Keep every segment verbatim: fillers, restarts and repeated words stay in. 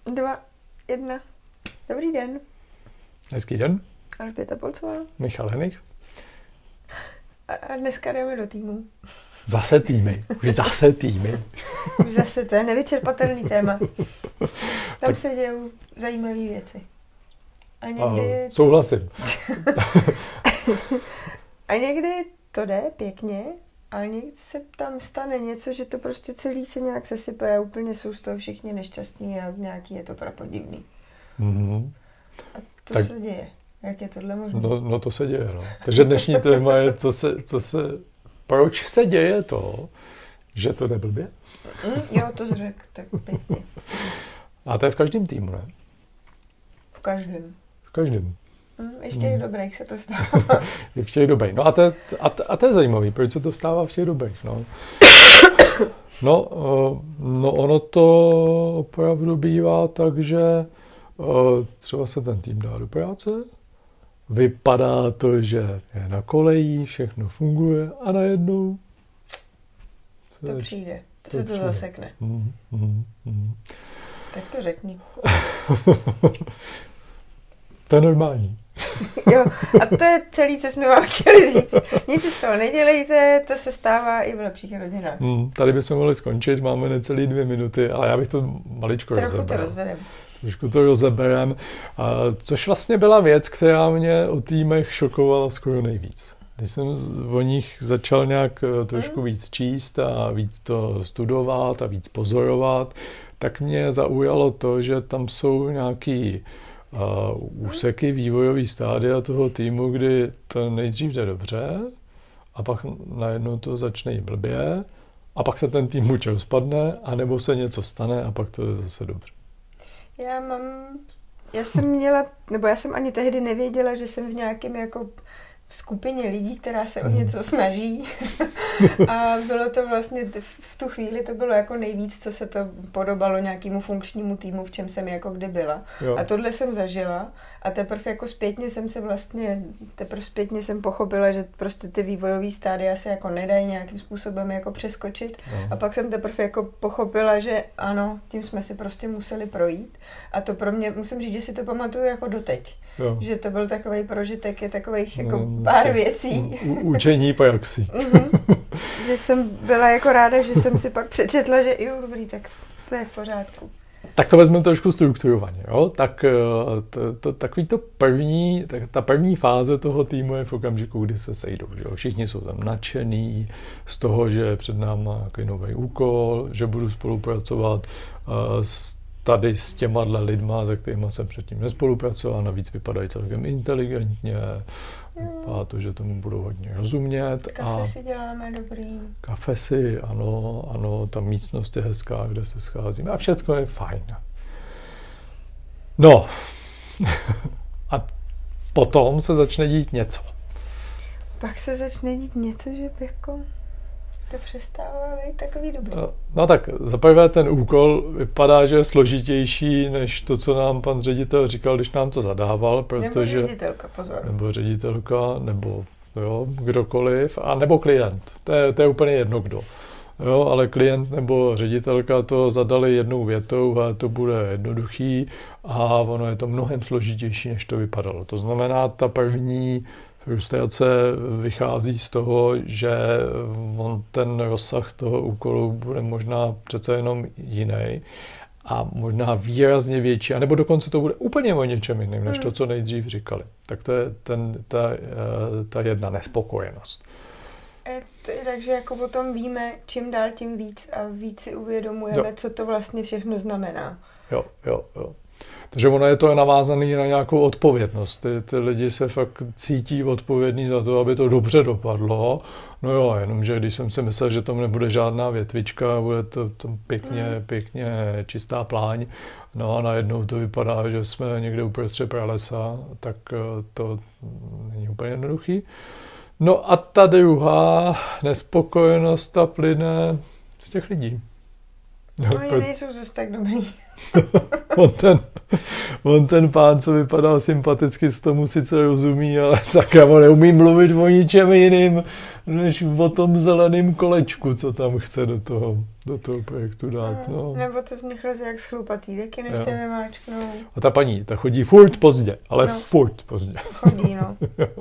dva, jedna. Dobrý den. Hezký den. Alžběta Polcová. Michal Henich. A dneska jdeme do týmu. Zase týmy. Už zase týmy. Už zase, to je nevyčerpatelný téma. Tam tak se dějou zajímavé věci. A někdy... A souhlasím. A někdy to jde pěkně, ale někdy se tam stane něco, že to prostě celý se nějak sesype a úplně jsou z toho všichni nešťastní a nějaký je to prapodivný. Mm-hmm. A to tak... se děje. Jak je tohle možné? No, no to se děje, no. Takže dnešní téma je, co se, co se, proč se děje to, že to jde blbě? Mm, jo, to jsi řekl, tak pěkně. A to je v každém týmu, ne? V každém. V každém. Mm, ještě mm. i dobrých se to stává. I v těch dobrých. No a to, a, to, a to je zajímavé, proč se to stává v těch dobrých, no. No, no ono to opravdu bývá tak, že třeba se ten tým dá do práce, vypadá to, že je na koleji, všechno funguje a najednou to se přijde, to, to se to přijde. zasekne. Mm, mm, mm. Tak to řekni. To je normální. Jo, a to je celý, co jsme vám chtěli říct. Nic z toho nedělejte, to se stává i v lepších rodinách. Mm, tady bychom mohli skončit, máme necelý dvě minuty, ale já bych to maličko Trochu rozeberal. to rozvedem. Trošku to rozeberem, což vlastně byla věc, která mě o týmech šokovala skoro nejvíc. Když jsem o nich začal nějak trošku víc číst a víc to studovat a víc pozorovat, tak mě zaujalo to, že tam jsou nějaký uh, úseky vývojový stádia toho týmu, kdy to nejdřív jde dobře a pak najednou to začne jít blbě a pak se ten tým buď rozpadne, anebo se něco stane a pak to je zase dobře. Já mám, já jsem měla, nebo já jsem ani tehdy nevěděla, že jsem v nějakém jako skupině lidí, která se o něco snaží. A bylo to vlastně, v tu chvíli to bylo jako nejvíc, co se to podobalo nějakému funkčnímu týmu, v čem jsem jako kdy byla. Jo. A tohle jsem zažila a teprve jako zpětně jsem se vlastně, teprve zpětně jsem pochopila, že prostě ty vývojové stádia se jako nedají nějakým způsobem jako přeskočit. Jo. A pak jsem teprve jako pochopila, že ano, tím jsme si prostě museli projít. A to pro mě, musím říct, že si to pamatuju jako doteď. Jo. Že to byl takovej prožitek, je takových jako no, pár věcí. U, učení praxi. mm-hmm. Že jsem byla jako ráda, že jsem si pak přečetla, že jo, dobrý, tak to je v pořádku. Tak to vezmeme trošku strukturovaně, jo? Tak to, to, takový to první, tak ta první fáze toho týmu je v okamžiku, kdy se sejdou, že jo? Všichni jsou tam nadšený z toho, že je před náma nějaký nový úkol, že budu spolupracovat uh, s tady s těma lidma, se kterými jsem předtím nespolupracoval, navíc vypadají celkem inteligentně, vypadá to, že tomu budou hodně rozumět. Kafe a si děláme dobrý. Kafe si, ano, ano, ta místnost je hezká, kde se scházíme a všechno je fajn. No, a potom se začne dít něco. Pak se začne dít něco, že jako to přestává být takový dobrý. No, no tak zaprvé ten úkol vypadá, že je složitější než to, co nám pan ředitel říkal, když nám to zadával, protože... Nebo ředitelka, pozor. Nebo ředitelka, nebo jo, kdokoliv, a nebo klient. To je, to je úplně jedno kdo. Jo, ale klient nebo ředitelka to zadali jednou větou a to bude jednoduchý a ono je to mnohem složitější, než to vypadalo. To znamená, ta první frustrace vychází z toho, že on ten rozsah toho úkolu bude možná přece jenom jiný a možná výrazně větší, anebo dokonce to bude úplně o něčem jiném, než to, co nejdřív říkali. Tak to je ten, ta, ta jedna nespokojenost. Takže jako potom víme, čím dál tím víc a víc si uvědomujeme, jo. co to vlastně všechno znamená. Jo, jo, jo. Takže ono je to navázané na nějakou odpovědnost. Ty, ty lidi se fakt cítí odpovědní za to, aby to dobře dopadlo. No jo, jenomže když jsem si myslel, že tam nebude žádná větvička, bude to, to pěkně, hmm. pěkně čistá pláň, no a najednou to vypadá, že jsme někde uprostřed pralesa, tak to není úplně jednoduchý. No a ta druhá nespokojenost ta plyne z těch lidí. No, oni nejsou zase tak dobrý. on, ten, on ten pán, co vypadal sympaticky, z tomu sice rozumí, ale sakra, on neumí mluvit o ničem jiným, než o tom zeleném kolečku, co tam chce do toho, do toho projektu dát. No. Nebo to z nich leze jak schlupatý věky, než se vymáčknou. A ta paní, ta chodí furt pozdě, ale no. furt pozdě. Chodí, no.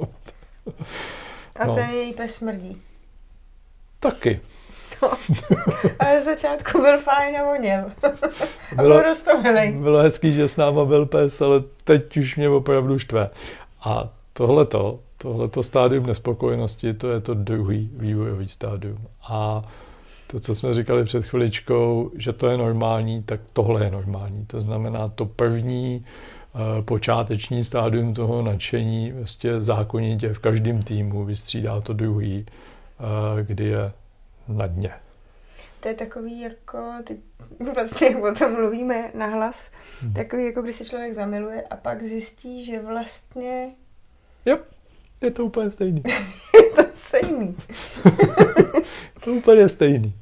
A no. ten její pes smrdí. Taky. No. Ale z začátku byl fajn a voněl. A bylo, byl roztomilej. Bylo hezký, že s náma byl pes, ale teď už mě opravdu štve. A tohleto, tohleto stádium nespokojenosti, to je to druhý vývojový stádium. A to, co jsme říkali před chviličkou, že to je normální, tak tohle je normální. To znamená, to první uh, počáteční stádium toho nadšení vlastně zákonitě v každém týmu vystřídá to druhý, uh, kdy je na dně. To je takový, jako ty vlastně o tom mluvíme nahlas, hmm. takový, jako když se člověk zamiluje a pak zjistí, že vlastně... Jo, je to úplně stejný. Je to stejný. To úplně stejný.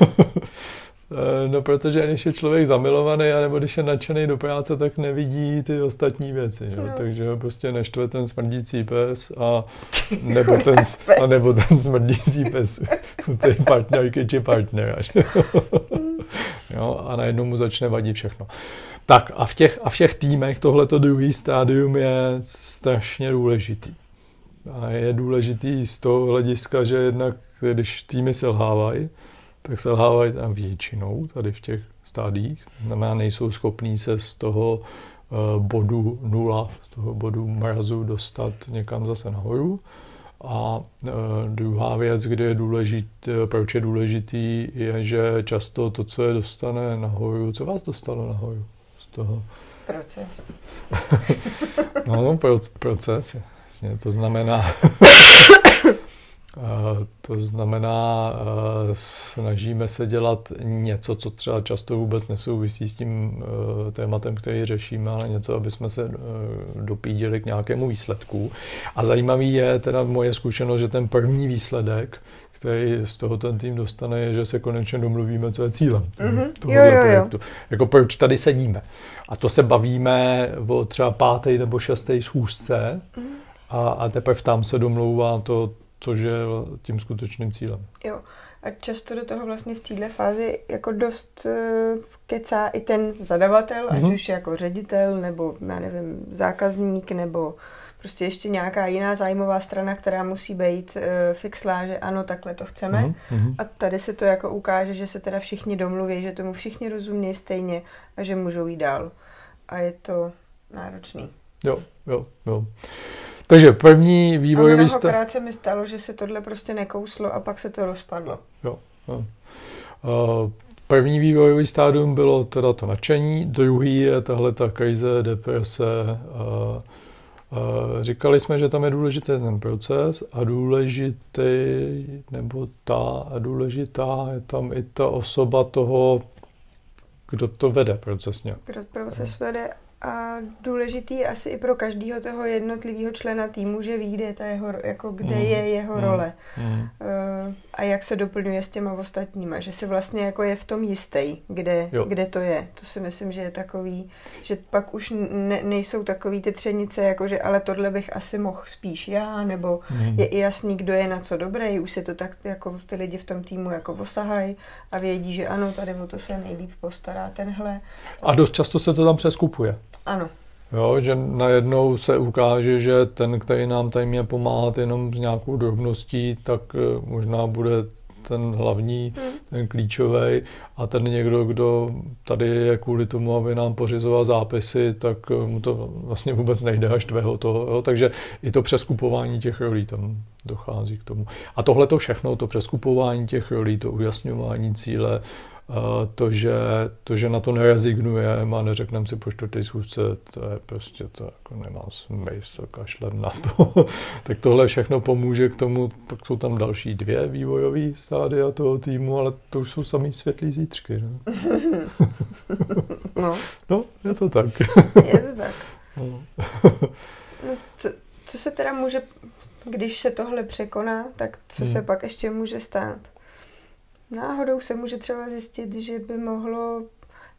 No, protože když je člověk zamilovaný, anebo když je nadšený do práce, tak nevidí ty ostatní věci. Jo? No. Takže ho prostě neštve ten smrdící pes a nebo ten, a nebo ten smrdící pes u té partnerky či partnera. Jo? A najednou mu začne vadit všechno. Tak a v těch, a v těch týmech tohleto druhý stádium je strašně důležitý. A je důležitý z toho hlediska, že jednak, když týmy selhávají, tak selhávají tam většinou tady v těch stádiích. Znamená, nejsou schopní se z toho uh, bodu nula, z toho bodu mrazu dostat někam zase nahoru. A uh, druhá věc, kde je důležitý, proč je důležitý, je, že často to, co je dostane nahoru, co vás dostalo nahoru z toho? Proces. No, proces, jasně, to znamená... Uh, to znamená, uh, snažíme se dělat něco, co třeba často vůbec nesouvisí s tím uh, tématem, který řešíme, ale něco, aby jsme se uh, dopídili k nějakému výsledku. A zajímavý je teda moje zkušenost, že ten první výsledek, který z toho ten tým dostane, je, že se konečně domluvíme, co je cílem mm-hmm. tohoto projektu. Jako proč tady sedíme. A to se bavíme o třeba páté nebo šesté schůzce mm-hmm. a, a teprve tam se domlouvá to, což je tím skutečným cílem. Jo. A často do toho vlastně v této fázi jako dost uh, kecá i ten zadavatel, mm-hmm. ať už jako ředitel, nebo já nevím, zákazník, nebo prostě ještě nějaká jiná zájmová strana, která musí být uh, fixlá, že ano, takhle to chceme. Mm-hmm. A tady se to jako ukáže, že se teda všichni domluví, že tomu všichni rozumějí stejně a že můžou jít dál. A je to náročný. Jo, jo, jo. Takže první vývojový stav... A mnohokrát se mi stalo, že se tohle prostě nekouslo a pak se to rozpadlo. Jo, jo. Uh, první vývojový stádium bylo teda to nadšení, druhý je tahle ta krize, deprese. Uh, uh, říkali jsme, že tam je důležitý ten proces a důležitý, nebo ta důležitá je tam i ta osoba toho, kdo to vede procesně. Kdo proces vede. A důležitý asi i pro každého toho jednotlivého člena týmu, že ví, kde je, ta jeho, jako kde mm. je jeho mm. role mm. Uh, a jak se doplňuje s těma ostatníma, že si vlastně jako je v tom jistý, kde, kde to je. To si myslím, že je takový, že pak už ne, nejsou takový ty třenice, jako že ale tohle bych asi mohl spíš já, nebo mm. je i jasný, kdo je na co dobrý, už si to tak jako ty lidi v tom týmu jako osahají a vědí, že ano, tady o to se nejlíp postará tenhle. A dost často se to tam přeskupuje. Ano. Jo, že najednou se ukáže, že ten, který nám tady mě pomáhat jenom s nějakou drobností, tak možná bude ten hlavní, hmm. ten klíčový a ten někdo, kdo tady je kvůli tomu, aby nám pořizoval zápisy, tak mu to vlastně vůbec nejde až tvého toho. Jo? Takže i to přeskupování těch rolí tam dochází k tomu. A tohle to všechno, to přeskupování těch rolí, to ujasňování cíle, To že, to, že na to nerezignujeme a neřekneme si po čtvrté schůzce, to je prostě to jako nemá smysl, kašlem na to. Tak tohle všechno pomůže k tomu, pak jsou tam další dvě vývojové stádia toho týmu, ale to už jsou samý světlý zítřky. Ne? No. No, je to tak. Je to tak. No. No, co, co se teda může, když se tohle překoná, tak co hmm. se pak ještě může stát? Náhodou se může třeba zjistit, že by mohlo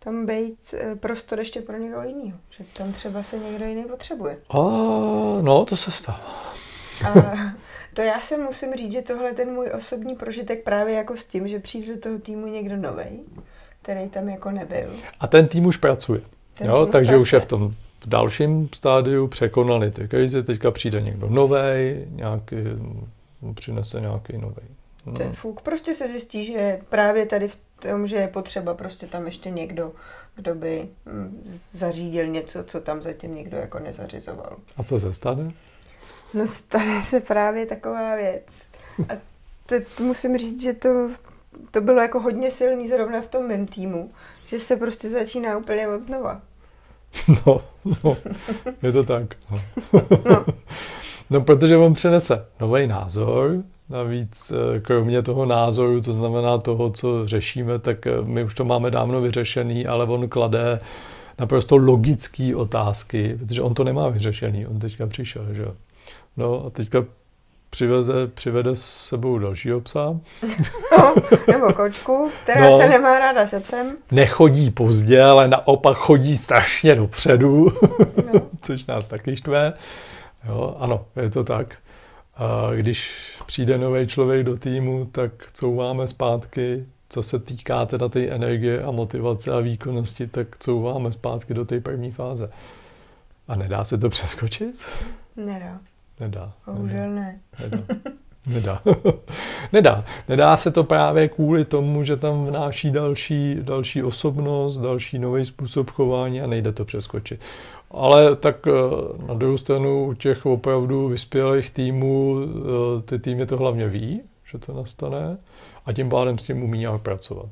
tam být prostor ještě pro někoho jiného. Že tam třeba se někdo jiný potřebuje. A, no, to se stává. A to já se musím říct, že tohle je ten můj osobní prožitek právě jako s tím, že přijde do toho týmu někdo novej, který tam jako nebyl. A ten tým už pracuje. Ten jo, tým takže pracuje. už je v tom dalším stádiu překonali ty krize, teďka přijde někdo novej, nějaký, přinese nějaký novej. No. To je fuk. Prostě se zjistí, že právě tady v tom, že je potřeba prostě tam ještě někdo, kdo by zařídil něco, co tam zatím někdo jako nezařizoval. A co se stane? No stane se právě taková věc. A to, to musím říct, že to, to bylo jako hodně silný zrovna v tom mém týmu, že se prostě začíná úplně od znova. No, no, je to tak. No. No. No, protože on přinese nový názor, navíc kromě toho názoru, to znamená toho, co řešíme, tak my už to máme dávno vyřešený, ale on klade naprosto logické otázky, protože on to nemá vyřešený, on teďka přišel, že jo. No a teďka přiveze, přivede s sebou dalšího psa. No, nebo kočku, která no, se nemá ráda se psem. Nechodí pozdě, ale naopak chodí strašně dopředu, no. Což nás taky štve. Jo, ano, je to tak. A když přijde nový člověk do týmu, tak couváme zpátky, co se týká teda té energie a motivace a výkonnosti, tak couváme zpátky do té první fáze. A nedá se to přeskočit? Nedá. Nedá. Bohužel ne. Nedá. Nedá. Nedá. Nedá se to právě kvůli tomu, že tam vnáší další, další osobnost, další nový způsob chování a nejde to přeskočit. Ale tak na druhou stranu u těch opravdu vyspělých týmů ty týmy to hlavně ví, že to nastane a tím pádem s tím umí nějak pracovat.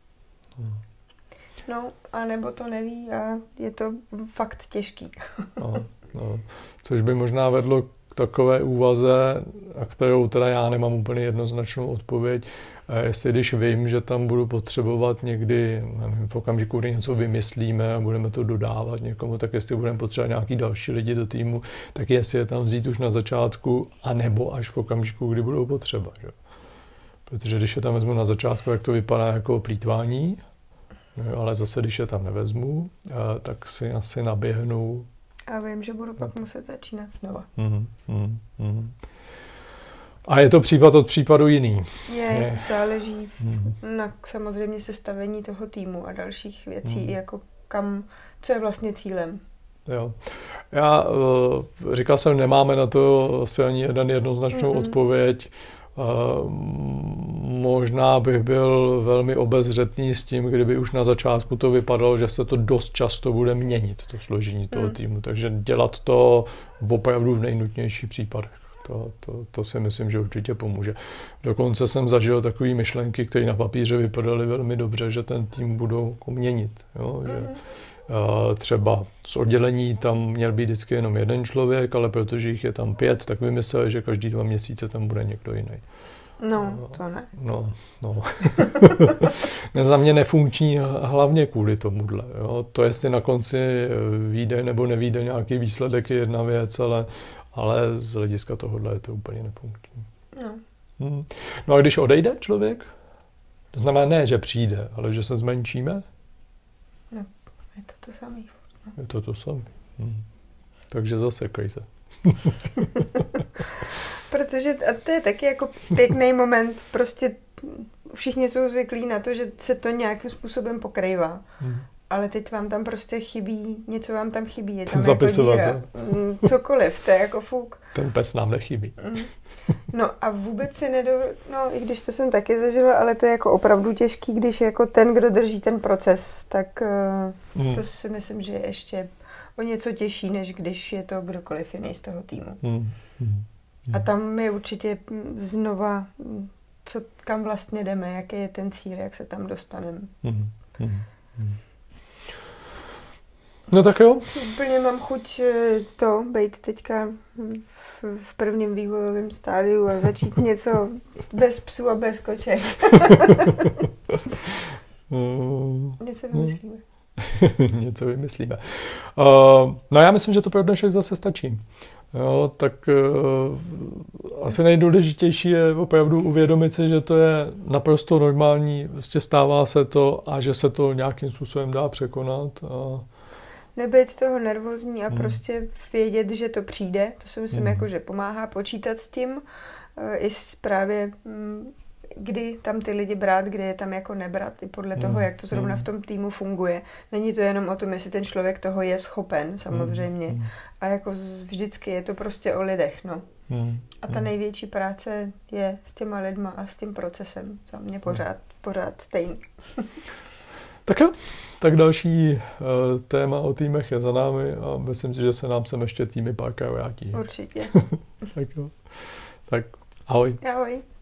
No, a nebo to neví a je to fakt těžký. No, no. Což by možná vedlo k takové úvaze, a kterou teda já nemám úplně jednoznačnou odpověď, jestli když vím, že tam budu potřebovat někdy, nevím, v okamžiku, kdy něco vymyslíme a budeme to dodávat někomu, tak jestli budeme potřebovat nějaký další lidi do týmu, tak jestli je tam vzít už na začátku, anebo až v okamžiku, kdy budou potřeba. Že? Protože když je tam vezmu na začátku, jak to vypadá jako plýtvání, no, ale zase, když je tam nevezmu, tak si asi naběhnu. A vím, že budu pak muset začínat znova. Mm, mm, mm. A je to případ od případu jiný. Je, je. Záleží mm. na samozřejmě sestavení toho týmu a dalších věcí, mm. jako kam, co je vlastně cílem. Jo. Já uh, říkal jsem, nemáme na to asi ani jeden jednoznačnou mm-hmm. odpověď. Uh, možná bych byl velmi obezřetný s tím, kdyby už na začátku to vypadalo, že se to dost často bude měnit, to složení toho mm. týmu. Takže dělat to opravdu v nejnutnějších případech. To, to, to si myslím, že určitě pomůže. Dokonce jsem zažil takové myšlenky, které na papíře vypadaly velmi dobře, že ten tým budou měnit. Jo? Že, mm. uh, třeba z oddělení tam měl být vždycky jenom jeden člověk, ale protože jich je tam pět, tak vymysleli, že každý dva měsíce tam bude někdo jiný. No, to ne. No, no. Za mě nefunkční hlavně kvůli tomuhle. Jo? To, jestli na konci vyjde nebo nevyjde nějaký výsledek, je jedna věc, ale, ale z hlediska tohohle je to úplně nefunkční. No. Hmm. No a když odejde člověk? To znamená ne, že přijde, ale že se zmenšíme? No, je to to samé. No. Je to to samé. Hmm. Takže zase krize. Protože a to je taky jako pěkný moment, prostě všichni jsou zvyklí na to, že se to nějakým způsobem pokrývá. Hmm. Ale teď vám tam prostě chybí, něco vám tam chybí, je tam jako díra, cokoliv, to je jako fuk. Ten pes nám nechybí. No a vůbec si nedo... No i když to jsem taky zažila, ale to je jako opravdu těžký, když jako ten, kdo drží ten proces, tak hmm. to si myslím, že je ještě o něco těžší, než když je to kdokoliv jiný z toho týmu. Hmm. Hmm. A tam je určitě znova, co, kam vlastně jdeme, jaký je ten cíl, jak se tam dostaneme. Hmm. Hmm. Hmm. No tak jo. Úplně mám chuť to být teďka v, v prvním vývojovém stádiu a začít něco bez psů a bez koček. něco vymyslíme. něco vymyslíme. Uh, no já myslím, že to pro dnešek zase stačí. jo, tak uh, asi nejdůležitější je opravdu uvědomit si, že to je naprosto normální, prostě stává se to a že se to nějakým způsobem dá překonat. A... Nebyt z toho nervózní a hmm. prostě vědět, že to přijde, to si myslím, hmm. jako, že pomáhá počítat s tím, i právě kdy tam ty lidi brát, kdy je tam jako nebrat, i podle toho, jak to zrovna v tom týmu funguje. Není to jenom o tom, jestli ten člověk toho je schopen, samozřejmě. A jako vždycky je to prostě o lidech, no. A ta největší práce je s těma lidma a s tím procesem. Za mě pořád, pořád stejný. Tak jo, tak další uh, téma o týmech je za námi a myslím si, že se nám sem ještě týmy párkrát vrátí. Určitě. Tak jo. Tak ahoj. Ahoj.